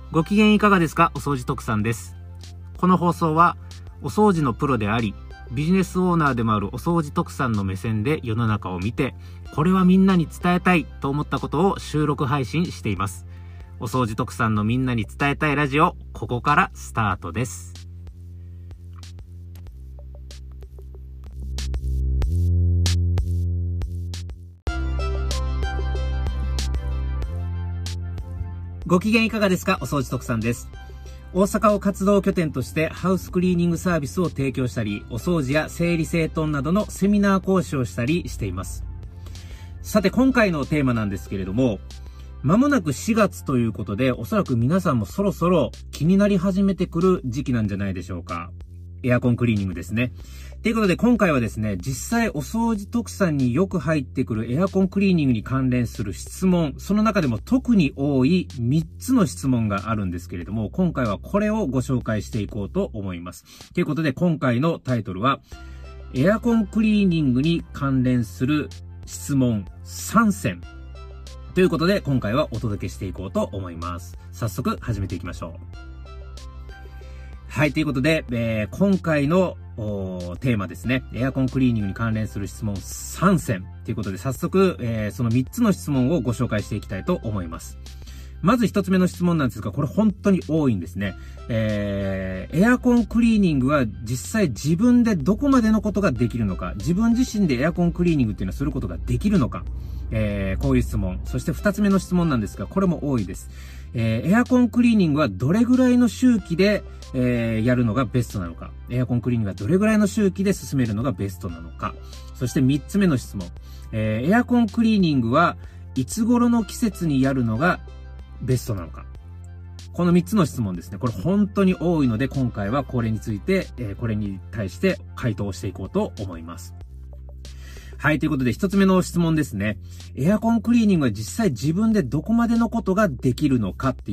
ご機嫌いかがですか？お掃除特産です。この放送はお掃除のプロでありビジネスオーナーでもあるお掃除特産の目線で世の中を見て、これはみんなに伝えたいと思ったことを収録配信しています。お掃除特産のみんなに伝えたいラジオ、ここからスタートです。ご機嫌いかがですか？お掃除特産です。大阪を活動拠点としてハウスクリーニングサービスを提供したり、お掃除や整理整頓などのセミナー講師をしたりしています。さて今回のテーマなんですけれども、間もなく4月ということで、おそらく皆さんもそろそろ気になり始めてくる時期なんじゃないでしょうか。エアコンクリーニングですね。ということで今回はですね、実際お掃除特産によく入ってくるエアコンクリーニングに関連する質問、その中でも特に多い3つの質問があるんですけれども、今回はこれをご紹介していこうと思います。ということで今回のタイトルは、エアコンクリーニングに関連する質問3選ということで今回はお届けしていこうと思います。早速始めていきましょう。はい、ということで、今回のテーマですね。エアコンクリーニングに関連する質問3選ということで、早速、その3つの質問をご紹介していきたいと思います。まず1つ目の質問なんですが、これ本当に多いんですね。エアコンクリーニングは実際自分でどこまでのことができるのか、自分自身でエアコンクリーニングっていうのはすることができるのか、こういう質問。そして2つ目の質問なんですが、これも多いです。エアコンクリーニングはどれぐらいの周期で、やるのがベストなのか。エアコンクリーニングはどれぐらいの周期で進めるのがベストなのか。そして3つ目の質問。エアコンクリーニングはいつ頃の季節にやるのがベストなのか。この3つの質問ですね。これ本当に多いので、今回はこれについて、これに対して回答をしていこうと思います。はい、ということで一つ目の質問ですね。エアコンクリーニングは実際自分でどこまでのことができるのかっていう、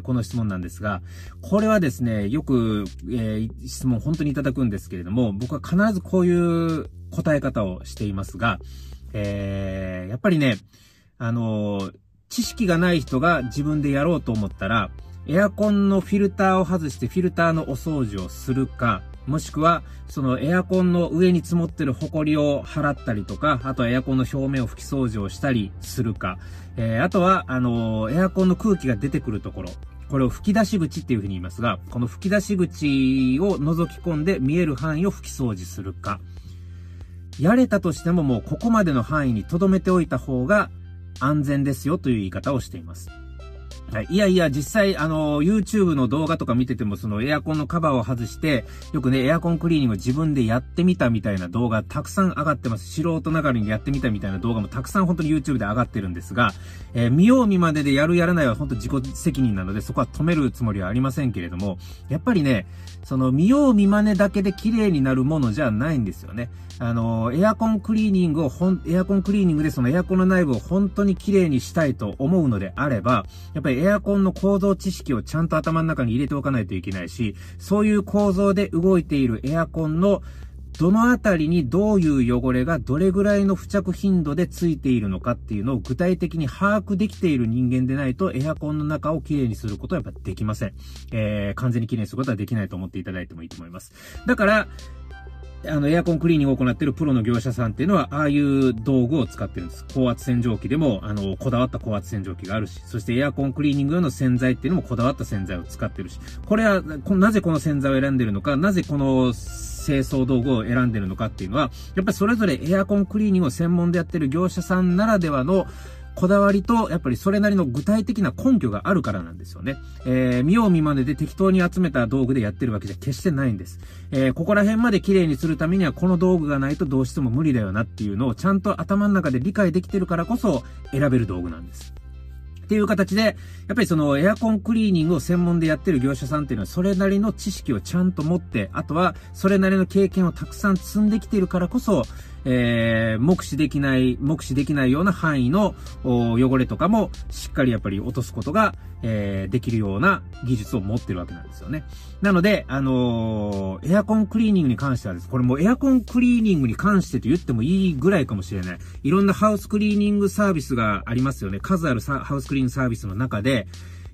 この質問なんですが、これはですね、よく、質問本当にいただくんですけれども、僕は必ずこういう答え方をしていますが、やっぱりね、知識がない人が自分でやろうと思ったら、エアコンのフィルターを外してフィルターのお掃除をするか、もしくは、そのエアコンの上に積もってるホコリを払ったりとか、あとはエアコンの表面を拭き掃除をしたりするか、あとは、エアコンの空気が出てくるところ、これを吹き出し口っていうふうに言いますが、この吹き出し口を覗き込んで見える範囲を拭き掃除するか、やれたとしてももうここまでの範囲に留めておいた方が安全ですよという言い方をしています。はい。いやいや、実際、YouTube の動画とか見てても、そのエアコンのカバーを外して、よくね、エアコンクリーニングを自分でやってみたみたいな動画たくさん上がってます。素人ながらにやってみたみたいな動画もたくさん本当に YouTube で上がってるんですが、見よう見まねでやるやらないは本当自己責任なので、そこは止めるつもりはありませんけれども、やっぱりね、その見よう見まねだけで綺麗になるものじゃないんですよね。エアコンクリーニングでそのエアコンの内部を本当に綺麗にしたいと思うのであれば、やっぱりエアコンの構造知識をちゃんと頭の中に入れておかないといけないし、そういう構造で動いているエアコンのどのあたりにどういう汚れがどれぐらいの付着頻度でついているのかっていうのを具体的に把握できている人間でないとエアコンの中をきれいにすることはやっぱできません。完全にきれいにすることはできないと思っていただいてもいいと思います。だから、エアコンクリーニングを行っているプロの業者さんっていうのは、ああいう道具を使ってるんです。高圧洗浄機でも、こだわった高圧洗浄機があるし、そしてエアコンクリーニング用の洗剤っていうのもこだわった洗剤を使ってるし、これは、なぜこの洗剤を選んでるのか、なぜこの清掃道具を選んでるのかっていうのは、やっぱりそれぞれエアコンクリーニングを専門でやってる業者さんならではの、こだわりと、やっぱりそれなりの具体的な根拠があるからなんですよね。見よう見まねで適当に集めた道具でやってるわけじゃ決してないんです。ここら辺まで綺麗にするためにはこの道具がないとどうしても無理だよなっていうのをちゃんと頭の中で理解できてるからこそ選べる道具なんです。っていう形で、やっぱりそのエアコンクリーニングを専門でやってる業者さんっていうのはそれなりの知識をちゃんと持って、あとはそれなりの経験をたくさん積んできているからこそ、目視できないような範囲の汚れとかもしっかりやっぱり落とすことが、できるような技術を持ってるわけなんですよね。なので、エアコンクリーニングに関してはです。これもうエアコンクリーニングに関してと言ってもいいぐらいかもしれない。いろんなハウスクリーニングサービスがありますよね。数あるハウスクリーニングサービスの中で、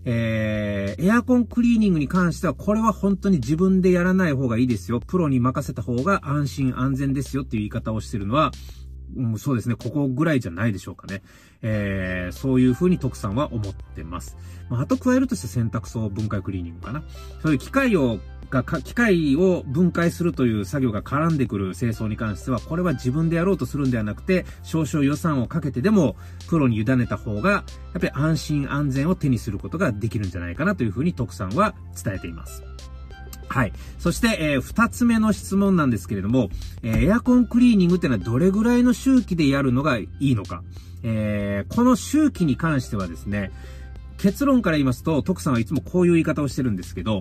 エアコンクリーニングに関しては、これは本当に自分でやらない方がいいですよ。プロに任せた方が安心安全ですよっていう言い方をしてるのは、そうですね。ここぐらいじゃないでしょうかね。そういう風に徳さんは思ってます。あと加えるとして洗濯槽分解クリーニングかな。そういう機械を分解するという作業が絡んでくる清掃に関しては、これは自分でやろうとするんではなくて、少々予算をかけてでも、プロに委ねた方が、やっぱり安心安全を手にすることができるんじゃないかなという風に徳さんは伝えています。はい。そして、二つ目の質問なんですけれども、エアコンクリーニングっていうのはどれぐらいの周期でやるのがいいのか。この周期に関してはですね、結論から言いますと、徳さんはいつもこういう言い方をしてるんですけど、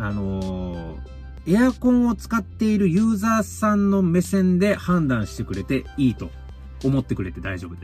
エアコンを使っているユーザーさんの目線で判断してくれていいと思ってくれて大丈夫です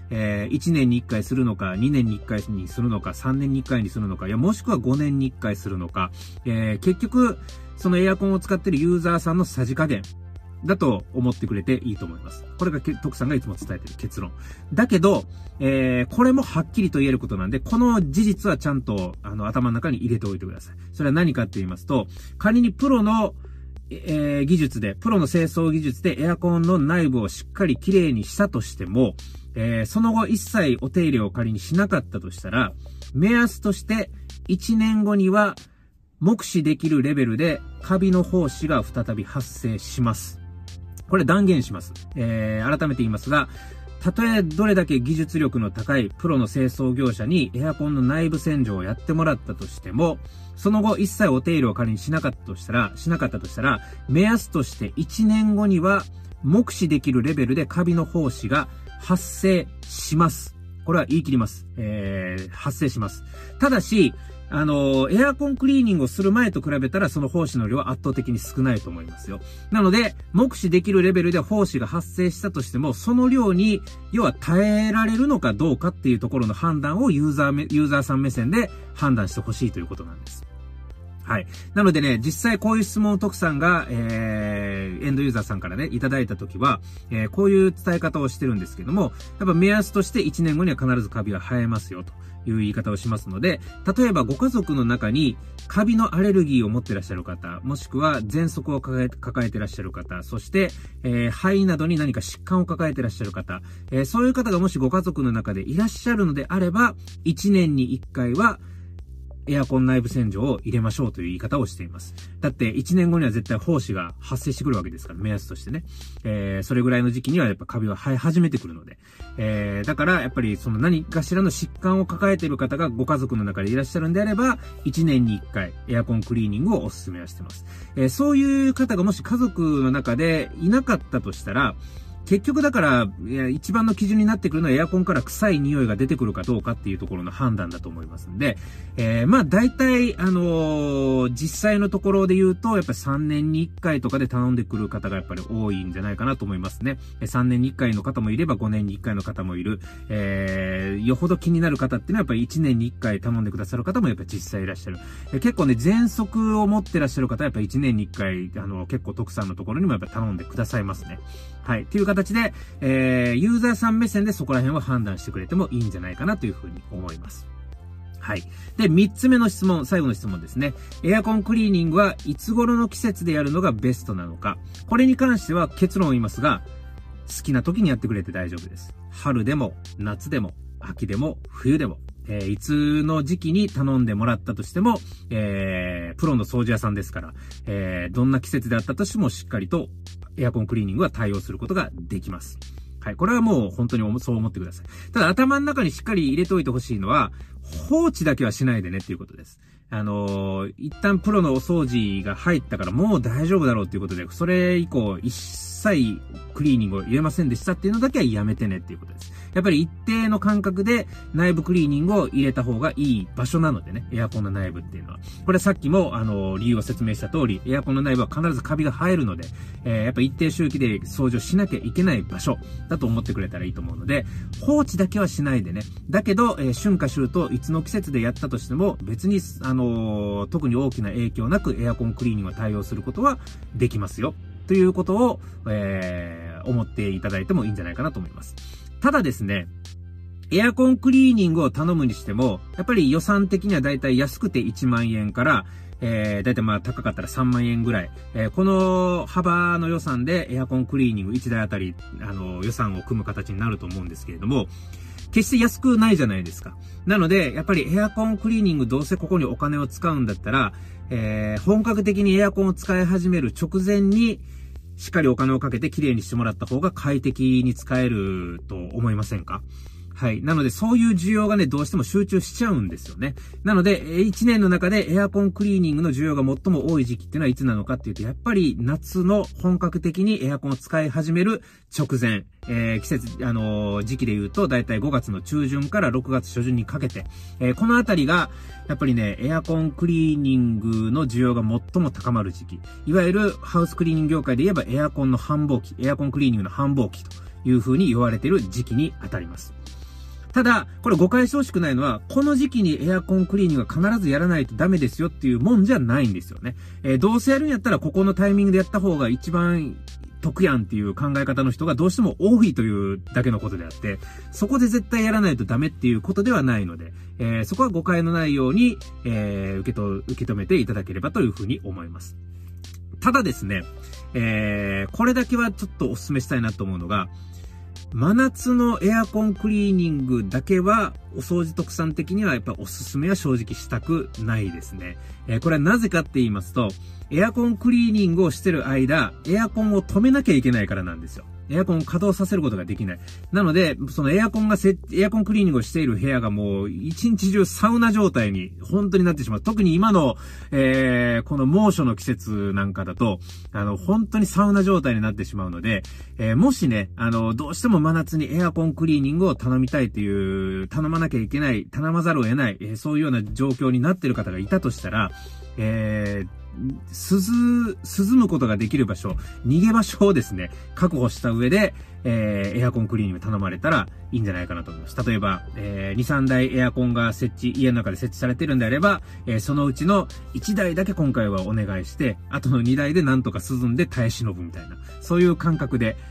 。1年に1回するのか、2年に1回にするのか、3年に1回にするのか、もしくは5年に1回するのか、結局、そのエアコンを使っているユーザーさんのさじ加減だと思ってくれていいと思います。これが徳さんがいつも伝えている結論。だけど、これもはっきりと言えることなんで、この事実はちゃんと、頭の中に入れておいてください。それは何かって言いますと、仮にプロのプロの清掃技術でエアコンの内部をしっかりきれいにしたとしても、その後一切お手入れを仮にしなかったとしたら、目安として1年後には目視できるレベルでカビの胞子が再び発生します。これ断言します。改めて言いますが、たとえどれだけ技術力の高いプロの清掃業者にエアコンの内部洗浄をやってもらったとしても、その後一切お手入れを仮にしなかったとしたら、目安として1年後には目視できるレベルでカビの胞子が発生します。これは言い切ります。発生します。ただし、エアコンクリーニングをする前と比べたらその胞子の量は圧倒的に少ないと思いますよ。なので、目視できるレベルで胞子が発生したとしても、その量に、要は耐えられるのかどうかっていうところの判断をユーザーさん目線で判断してほしいということなんです。はい。なのでね、実際こういう質問を徳さんが、エンドユーザーさんからね、いただいたときは、こういう伝え方をしてるんですけども、やっぱ目安として1年後には必ずカビは生えますよという言い方をしますので、例えばご家族の中にカビのアレルギーを持ってらっしゃる方、もしくは喘息を抱えてらっしゃる方、そして、肺などに何か疾患を抱えてらっしゃる方、そういう方がもしご家族の中でいらっしゃるのであれば、1年に1回はエアコン内部洗浄を入れましょうという言い方をしています。だって1年後には絶対胞子が発生してくるわけですから、目安としてね。それぐらいの時期にはやっぱカビは生え始めてくるので。だからやっぱりその何かしらの疾患を抱えている方がご家族の中でいらっしゃるんであれば、1年に1回エアコンクリーニングをお勧めはしてます。そういう方がもし家族の中でいなかったとしたら、結局だから、一番の基準になってくるのはエアコンから臭い匂いが出てくるかどうかっていうところの判断だと思いますんで、大体、実際のところで言うと、やっぱり3年に1回とかで頼んでくる方がやっぱり多いんじゃないかなと思いますね。3年に1回の方もいれば5年に1回の方もいる。よほど気になる方っていうのはやっぱり1年に1回頼んでくださる方もやっぱり実際いらっしゃる。結構ね、喘息を持ってらっしゃる方はやっぱり1年に1回、結構徳さんのところにもやっぱり頼んでくださいますね。はい。っていう形で、ユーザーさん目線でそこら辺は判断してくれてもいいんじゃないかなというふうに思います。はい。で、3つ目の質問、最後の質問ですね。エアコンクリーニングはいつ頃の季節でやるのがベストなのか。これに関しては結論を言いますが、好きな時にやってくれて大丈夫です。春でも、夏でも、秋でも、冬でも。いつの時期に頼んでもらったとしても、プロの掃除屋さんですから、どんな季節であったとしてもしっかりとエアコンクリーニングは対応することができます。はい。これはもう本当にそう思ってください。ただ頭の中にしっかり入れておいてほしいのは、放置だけはしないでねっていうことです。一旦プロのお掃除が入ったからもう大丈夫だろうっていうことで、それ以降一切クリーニングを入れませんでしたっていうのだけはやめてねっていうことです。やっぱり一定の間隔で内部クリーニングを入れた方がいい場所なのでね、エアコンの内部っていうのは。これさっきも理由を説明した通り、エアコンの内部は必ずカビが生えるので、やっぱ一定周期で掃除をしなきゃいけない場所だと思ってくれたらいいと思うので、放置だけはしないでね。だけど、春夏秋冬いつの季節でやったとしても、別に特に大きな影響なくエアコンクリーニングを対応することはできますよ。ということを、思っていただいてもいいんじゃないかなと思います。ただですね、 エアコンクリーニングを頼むにしても、やっぱり予算的にはだいたい安くて1万円から、だいたい高かったら3万円ぐらい。この幅の予算でエアコンクリーニング1台あたり、予算を組む形になると思うんですけれども、決して安くないじゃないですか。なので、やっぱりエアコンクリーニングどうせここにお金を使うんだったら、本格的にエアコンを使い始める直前に、しっかりお金をかけて綺麗にしてもらった方が快適に使えると思いませんか？はい。なので、そういう需要がね、どうしても集中しちゃうんですよね。なので、1年の中でエアコンクリーニングの需要が最も多い時期っていうのはいつなのかっていうと、やっぱり夏の本格的にエアコンを使い始める直前、季節、時期で言うと、だいたい5月の中旬から6月初旬にかけて、このあたりが、やっぱりね、エアコンクリーニングの需要が最も高まる時期。いわゆるハウスクリーニング業界で言えばエアコンの繁忙期、エアコンクリーニングの繁忙期という風に言われている時期にあたります。ただ、これ誤解してほしくないのは、この時期にエアコンクリーニングは必ずやらないとダメですよっていうもんじゃないんですよね。どうせやるんやったらここのタイミングでやった方が一番得やんっていう考え方の人がどうしても多いというだけのことであって、そこで絶対やらないとダメっていうことではないので、そこは誤解のないように、受け止めていただければというふうに思います。ただですね、これだけはちょっとお勧めしたいなと思うのが、真夏のエアコンクリーニングだけは、お掃除特産的にはやっぱおすすめは正直したくないですね。これはなぜかって言いますと、エアコンクリーニングをしてる間、エアコンを止めなきゃいけないからなんですよ。エアコンを稼働させることができない。なので、そのエアコンクリーニングをしている部屋がもう一日中サウナ状態に本当になってしまう。特に今の、この猛暑の季節なんかだと、本当にサウナ状態になってしまうので、もしね、どうしても真夏にエアコンクリーニングを頼みたいという、頼まなきゃいけない、頼まざるを得ない、そういうような状況になっている方がいたとしたら、涼むことができる場所、逃げ場所をですね、確保した上で、エアコンクリーニング頼まれたらいいんじゃないかなと思います。例えば、2、3台エアコンが家の中で設置されてるんであれば、そのうちの1台だけ今回はお願いして、あとの2台でなんとか涼んで耐え忍ぶみたいな、そういう感覚で、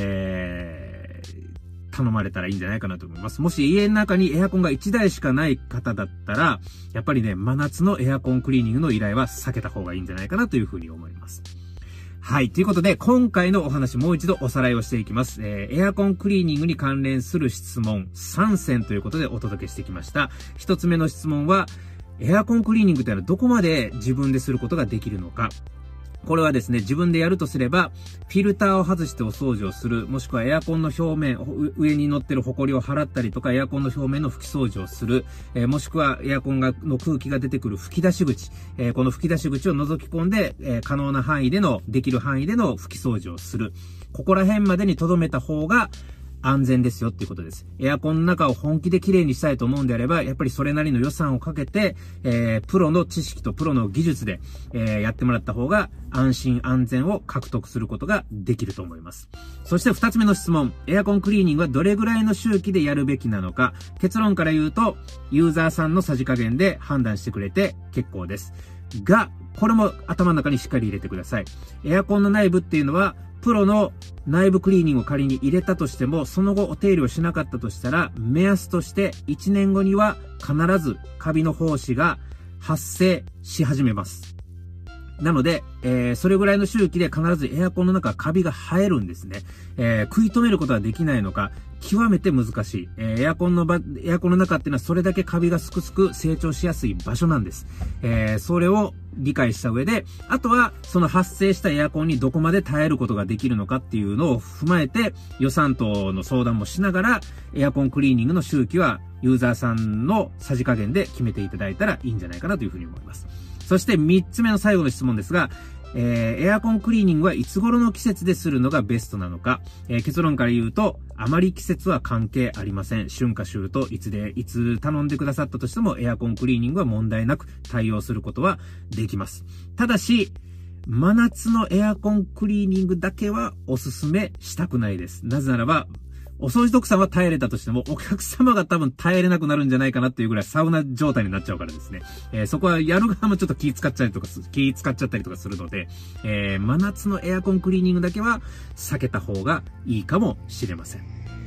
頼まれたらいいんじゃないかなと思います。もし家の中にエアコンが1台しかない方だったら、やっぱりね、真夏のエアコンクリーニングの依頼は避けた方がいいんじゃないかなというふうに思います。はい。ということで、今回のお話もう一度おさらいをしていきます。エアコンクリーニングに関連する質問3選ということでお届けしてきました。一つ目の質問は、エアコンクリーニングというのはどこまで自分ですることができるのか。これはですね、自分でやるとすれば、フィルターを外してお掃除をする、もしくはエアコンの表面、上に乗ってるホコリを払ったりとか、エアコンの表面の拭き掃除をする、もしくはエアコンの空気が出てくる吹き出し口、この吹き出し口を覗き込んで、可能な範囲でできる範囲での拭き掃除をする。ここら辺までに留めた方が、安全ですよっていうことです。エアコンの中を本気で綺麗にしたいと思うんであれば、やっぱりそれなりの予算をかけて、プロの知識とプロの技術で、やってもらった方が安心安全を獲得することができると思います。そして2つ目の質問。エアコンクリーニングはどれぐらいの周期でやるべきなのか。結論から言うと、ユーザーさんのさじ加減で判断してくれて結構です。が、これも頭の中にしっかり入れてください。エアコンの内部っていうのは、プロの内部クリーニングを仮に入れたとしても、その後お手入れをしなかったとしたら、目安として1年後には必ずカビの胞子が発生し始めます。なので、それぐらいの周期で必ずエアコンの中はカビが生えるんですね。食い止めることはできないのか、極めて難しい。エアコンの中っていうのはそれだけカビがすくすく成長しやすい場所なんです。それを理解した上で、あとはその発生したエアコンにどこまで耐えることができるのかっていうのを踏まえて、予算との相談もしながら、エアコンクリーニングの周期はユーザーさんのさじ加減で決めていただいたらいいんじゃないかなというふうに思います。そして3つ目の最後の質問ですが、エアコンクリーニングはいつ頃の季節でするのがベストなのか、結論から言うと、あまり季節は関係ありません。春夏秋冬いつ頼んでくださったとしても、エアコンクリーニングは問題なく対応することはできます。ただし、真夏のエアコンクリーニングだけはおすすめしたくないです。なぜならば、お掃除特産は耐えれたとしても、お客様が多分耐えれなくなるんじゃないかなっていうぐらいサウナ状態になっちゃうからですね。そこはやる側もちょっと気使っちゃったりとかするので、真夏のエアコンクリーニングだけは避けた方がいいかもしれません。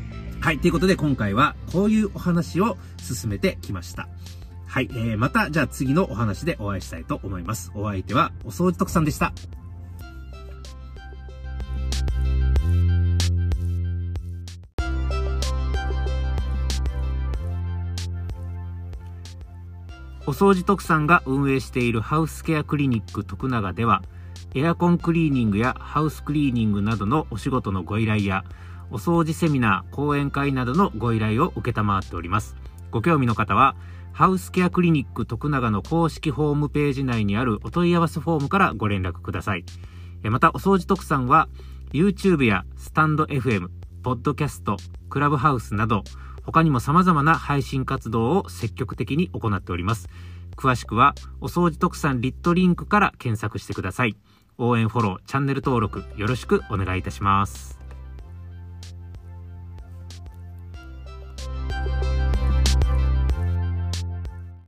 はい、ということで今回はこういうお話を進めてきました。はい、またじゃあ次のお話でお会いしたいと思います。お相手はお掃除特さんでした。お掃除特産が運営しているハウスケアクリニック徳永では、エアコンクリーニングやハウスクリーニングなどのお仕事のご依頼や、お掃除セミナー、講演会などのご依頼を承っております。ご興味の方は、ハウスケアクリニック徳永の公式ホームページ内にあるお問い合わせフォームからご連絡ください。また、お掃除特産は、YouTube やスタンド FM、ポッドキャスト、クラブハウスなど、他にも様々な配信活動を積極的に行っております。詳しくは、お掃除特産リットリンクから検索してください。応援フォロー、チャンネル登録よろしくお願いいたします。